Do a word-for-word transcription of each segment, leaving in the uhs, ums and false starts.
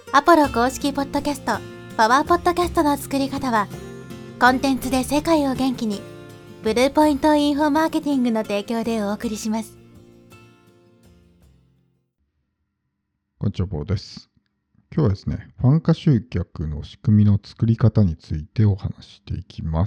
アポロ公式ポッドキャスト、パワーポッドキャストの作り方は、コンテンツで世界を元気に、ブルーポイントインフォマーケティングの提供でお送りします。 こんにちは、ポーです。今日はですね、ファン化集客の仕組みの作り方についてお話していきます。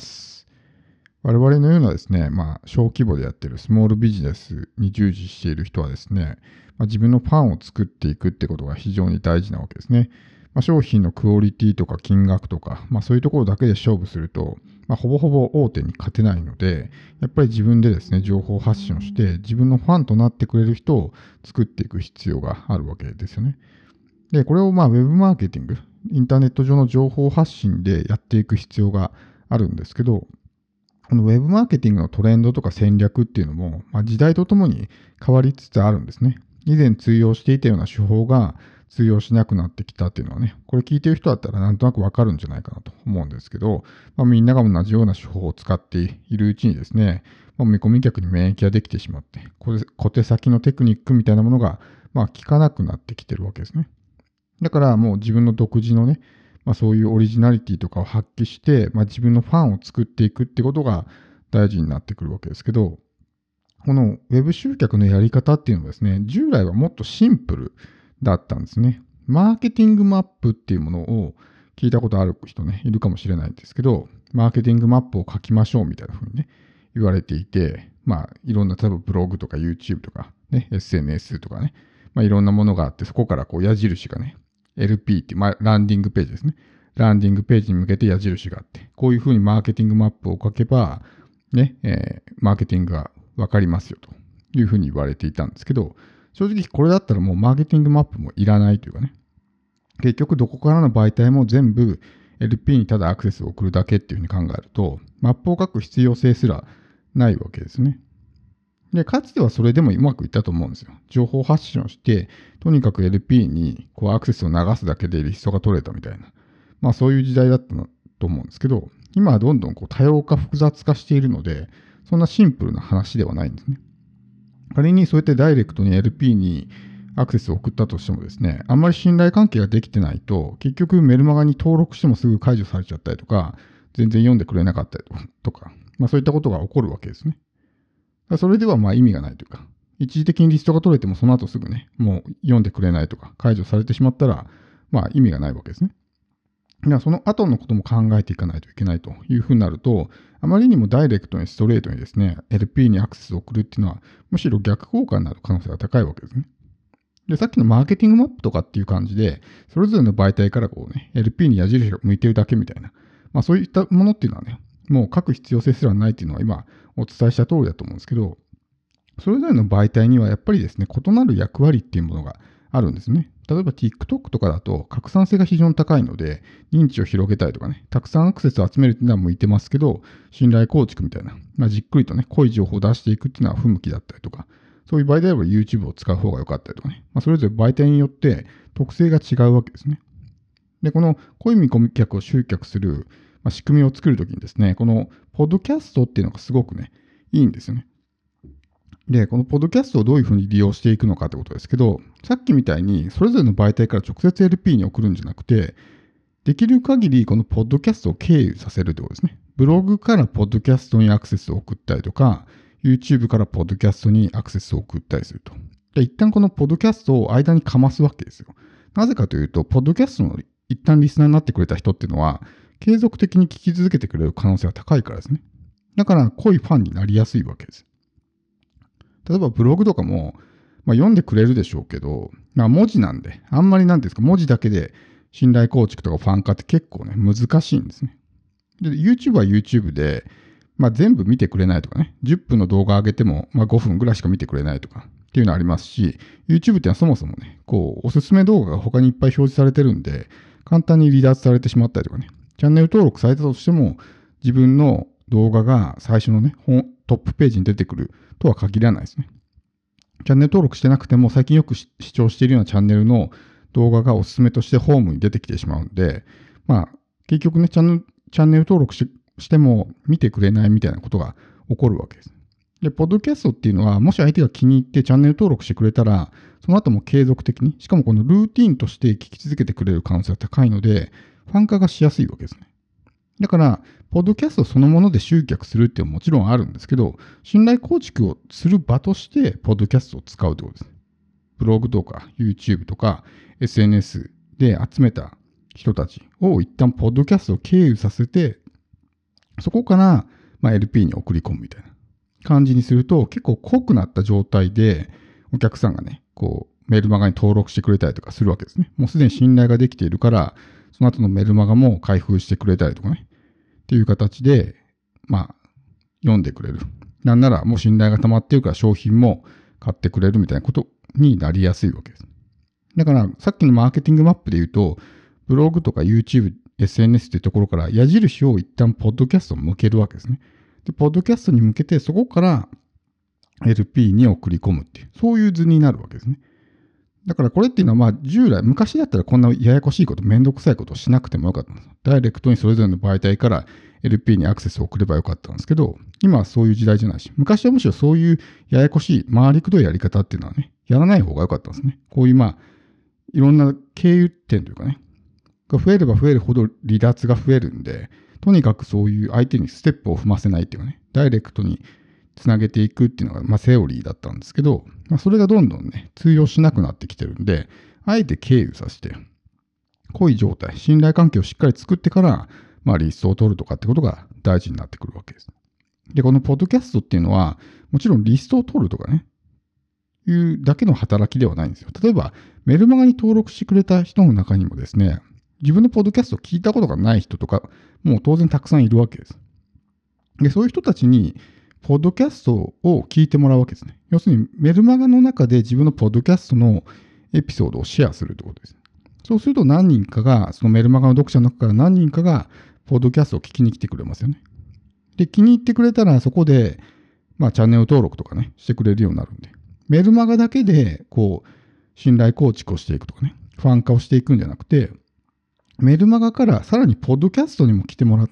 我々のようなですね、まあ、小規模でやっているスモールビジネスに従事している人はですね、まあ、自分のファンを作っていくってことが非常に大事なわけですね。まあ、商品のクオリティとか金額とか、まあ、そういうところだけで勝負すると、まあ、ほぼほぼ大手に勝てないので、やっぱり自分でですね、情報発信をして、自分のファンとなってくれる人を作っていく必要があるわけですよね。で、これをまあウェブマーケティング、インターネット上の情報発信でやっていく必要があるんですけど、このウェブマーケティングのトレンドとか戦略っていうのも、まあ、時代とともに変わりつつあるんですね。以前通用していたような手法が通用しなくなってきたっていうのはね、これ聞いてる人だったらなんとなくわかるんじゃないかなと思うんですけど、まあ、みんなが同じような手法を使っているうちにですね、まあ、見込み客に免疫ができてしまって、小手先のテクニックみたいなものがまあ効かなくなってきてるわけですね。だからもう自分の独自のね、まあ、そういうオリジナリティとかを発揮して、まあ、自分のファンを作っていくってことが大事になってくるわけですけど、このウェブ集客のやり方っていうのはですね、従来はもっとシンプルだったんですね。マーケティングマップっていうものを聞いたことある人ね、いるかもしれないんですけど、マーケティングマップを書きましょうみたいな風にね、言われていて、まあ、いろんな、例えばブログとか YouTube とかね、エスエヌエス とかね、まあ、いろんなものがあって、そこからこう矢印がね、エルピー っていう、まあ、ランディングページですね。ランディングページに向けて矢印があって、こういうふうにマーケティングマップを書けば、ね、えー、マーケティングがわかりますよというふうに言われていたんですけど、正直これだったらもうマーケティングマップもいらないというかね、結局どこからの媒体も全部 エルピー にただアクセスを送るだけっていうふうに考えると、マップを書く必要性すらないわけですね。で、かつてはそれでもうまくいったと思うんですよ。情報発信をして、とにかく エルピー にこうアクセスを流すだけでリストが取れたみたいな。まあそういう時代だったと思うんですけど、今はどんどんこう多様化複雑化しているので、そんなシンプルな話ではないんですね。仮にそうやってダイレクトに エルピー にアクセスを送ったとしてもですね、あんまり信頼関係ができてないと、結局メルマガに登録してもすぐ解除されちゃったりとか、全然読んでくれなかったりとか、まあそういったことが起こるわけですね。それではまあ意味がないというか、一時的にリストが取れてもその後すぐね、もう読んでくれないとか、解除されてしまったら、まあ意味がないわけですね。だからその後のことも考えていかないといけないというふうになると、あまりにもダイレクトにストレートにですね、エルピー にアクセスを送るっていうのは、むしろ逆効果になる可能性が高いわけですね。で、さっきのマーケティングマップとかっていう感じで、それぞれの媒体からこうね、エルピー に矢印が向いてるだけみたいな、まあそういったものっていうのはね、もう書く必要性すらないっていうのは今お伝えした通りだと思うんですけど、それぞれの媒体にはやっぱりですね、異なる役割っていうものがあるんですね。例えば TikTok とかだと拡散性が非常に高いので、認知を広げたりとかね、たくさんアクセスを集めるっていうのは向いてますけど、信頼構築みたいな、まあ、じっくりとね、濃い情報を出していくっていうのは不向きだったりとか、そういう場合であれば YouTube を使う方が良かったりとかね、まあ、それぞれ媒体によって特性が違うわけですね。で、この濃い見込み客を集客する仕組みを作るときにですね、このポッドキャストっていうのがすごくね、いいんですよね。で、このポッドキャストをどういうふうに利用していくのかってことですけど、さっきみたいにそれぞれの媒体から直接 エルピー に送るんじゃなくて、できる限りこのポッドキャストを経由させるってことですね。ブログからポッドキャストにアクセスを送ったりとか、YouTube からポッドキャストにアクセスを送ったりすると。で、一旦このポッドキャストを間にかますわけですよ。なぜかというと、ポッドキャストの一旦リスナーになってくれた人っていうのは、継続的に聞き続けてくれる可能性が高いからですね。だから濃いファンになりやすいわけです。例えばブログとかも、まあ、読んでくれるでしょうけど、まあ、文字なんで、あんまりなんですか、文字だけで信頼構築とかファン化って結構ね、難しいんですね。で、YouTube は YouTube で、まあ、全部見てくれないとかね、じゅっぷんの動画上げても、まあ、ごふんぐらいしか見てくれないとかっていうのありますし、YouTube っていうのはそもそもね、こう、おすすめ動画が他にいっぱい表示されてるんで、簡単に離脱されてしまったりとかね、チャンネル登録されたとしても、自分の動画が最初のね、トップページに出てくるとは限らないですね。チャンネル登録してなくても、最近よく視聴しているようなチャンネルの動画がおすすめとしてホームに出てきてしまうんで、まあ、結局ね、チャンネル、チャンネル登録ししても見てくれないみたいなことが起こるわけです。で、ポッドキャストっていうのは、もし相手が気に入ってチャンネル登録してくれたら、そその後も継続的に、しかもこのルーティンとして聞き続けてくれる可能性が高いので、ファン化がしやすいわけですね。だから、ポッドキャストそのもので集客するっていうのはもちろんあるんですけど、信頼構築をする場として、ポッドキャストを使うということです。ブログとか YouTube とか エスエヌエス で集めた人たちを一旦ポッドキャストを経由させて、そこからまあ エルピー に送り込むみたいな感じにすると、結構濃くなった状態でお客さんがね、こうメールマガに登録してくれたりとかするわけですね。もうすでに信頼ができているから、その後のメルマガも開封してくれたりとかね。っていう形で、まあ、読んでくれる。なんならもう信頼が溜まっているから商品も買ってくれるみたいなことになりやすいわけです。だから、さっきのマーケティングマップで言うと、ブログとか YouTube、エスエヌエス っていうところから矢印を一旦ポッドキャストに向けるわけですね。で、ポッドキャストに向けてそこから エルピー に送り込むっていう、そういう図になるわけですね。だからこれっていうのはまあ従来、昔だったらこんなややこしいこと、めんどくさいことをしなくてもよかったんです。ダイレクトにそれぞれの媒体から エルピー にアクセスを送ればよかったんですけど、今はそういう時代じゃないし、昔はむしろそういうややこしい回りくどいやり方っていうのはね、やらない方がよかったんですね。こういうまあ、いろんな経由点というかね、が増えれば増えるほど離脱が増えるんで、とにかくそういう相手にステップを踏ませないっていうかね、ダイレクトにつなげていくっていうのが、まあ、セオリーだったんですけど、まあ、それがどんどんね、通用しなくなってきてるんで、あえて経由させて、濃い状態、信頼関係をしっかり作ってから、まあ、リストを取るとかってことが大事になってくるわけです。で、このポッドキャストっていうのは、もちろんリストを取るとかね、いうだけの働きではないんですよ。例えば、メルマガに登録してくれた人の中にもですね、自分のポッドキャストを聞いたことがない人とか、もう当然たくさんいるわけです。で、そういう人たちに、ポッドキャストを聞いてもらうわけですね。要するにメルマガの中で自分のポッドキャストのエピソードをシェアするということです。そうすると何人かが、そのメルマガの読者の中から何人かがポッドキャストを聞きに来てくれますよね。で、気に入ってくれたらそこで、まあチャンネル登録とかね、してくれるようになるんで。メルマガだけで、こう、信頼構築をしていくとかね、ファン化をしていくんじゃなくて、メルマガからさらにポッドキャストにも来てもらって、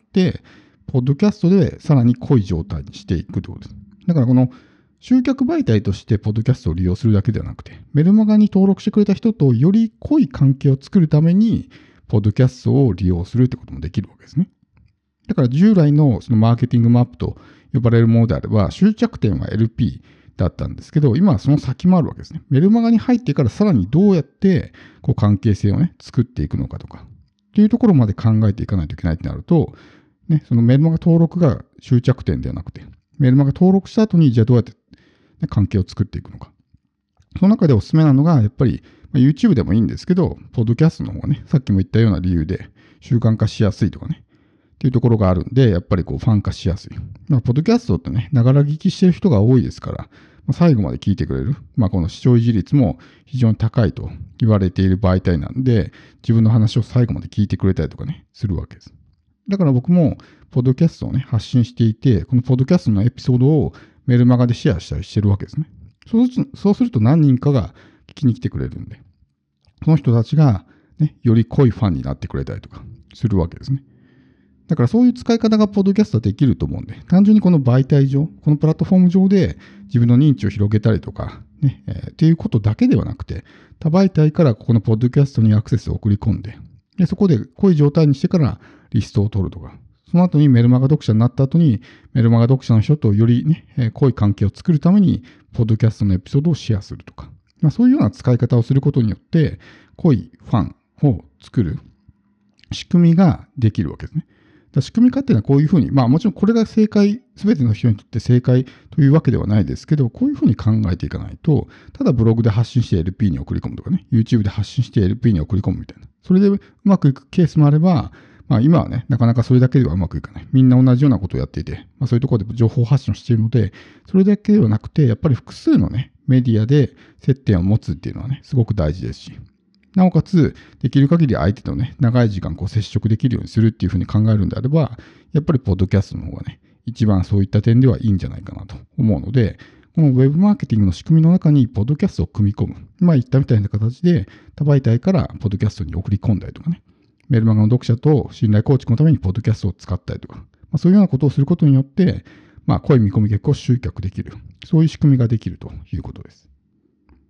ポッドキャストでさらに濃い状態にしていくということです。だからこの集客媒体としてポッドキャストを利用するだけではなくて、メルマガに登録してくれた人とより濃い関係を作るために、ポッドキャストを利用するってこともできるわけですね。だから従来のそのマーケティングマップと呼ばれるものであれば、終着点は エルピー だったんですけど、今はその先もあるわけですね。メルマガに入ってからさらにどうやってこう関係性をね、作っていくのかとか、っていうところまで考えていかないといけないってなると、ね、そのメルマガ登録が終着点ではなくて、メルマガ登録した後にじゃあどうやって、ね、関係を作っていくのか。その中でおすすめなのが、やっぱり、まあ、YouTube でもいいんですけど、ポッドキャストの方がね、さっきも言ったような理由で習慣化しやすいとかね、っていうところがあるんで、やっぱりこうファン化しやすい。まあ、ポッドキャストってね、ながら聞きしてる人が多いですから、まあ、最後まで聞いてくれる。まあ、この視聴維持率も非常に高いと言われている媒体なんで、自分の話を最後まで聞いてくれたりとかね、するわけです。だから僕も、ポッドキャストをね、発信していて、このポッドキャストのエピソードをメルマガでシェアしたりしてるわけですね。そうすると、そうすると何人かが聞きに来てくれるんで、その人たちが、ね、より濃いファンになってくれたりとかするわけですね。だからそういう使い方がポッドキャストはできると思うんで、単純にこの媒体上、このプラットフォーム上で自分の認知を広げたりとか、ね、えー、っていうことだけではなくて、他媒体からここのポッドキャストにアクセスを送り込んで、でそこで濃い状態にしてからリストを取るとか、その後にメルマガ読者になった後に、メルマガ読者の人とよりね、えー、濃い関係を作るために、ポッドキャストのエピソードをシェアするとか、まあ、そういうような使い方をすることによって、濃いファンを作る仕組みができるわけですね。だ仕組み化っていうのはこういうふうに、まあもちろんこれが正解、すべての人にとって正解というわけではないですけど、こういうふうに考えていかないと、ただブログで発信して エルピー に送り込むとかね、YouTube で発信して エルピー に送り込むみたいな。それでうまくいくケースもあれば、まあ今はね、なかなかそれだけではうまくいかない。みんな同じようなことをやっていて、まあそういうところで情報発信をしているので、それだけではなくて、やっぱり複数のね、メディアで接点を持つっていうのはね、すごく大事ですし、なおかつ、できる限り相手とね、長い時間こう接触できるようにするっていうふうに考えるんであれば、やっぱりポッドキャストの方がね、一番そういった点ではいいんじゃないかなと思うので、このウェブマーケティングの仕組みの中にポッドキャストを組み込む。まあ言ったみたいな形で、他媒体からポッドキャストに送り込んだりとかね、メルマガの読者と信頼構築のためにポッドキャストを使ったりとか、まあ、そういうようなことをすることによって、まあ濃い見込み客を集客できる。そういう仕組みができるということです。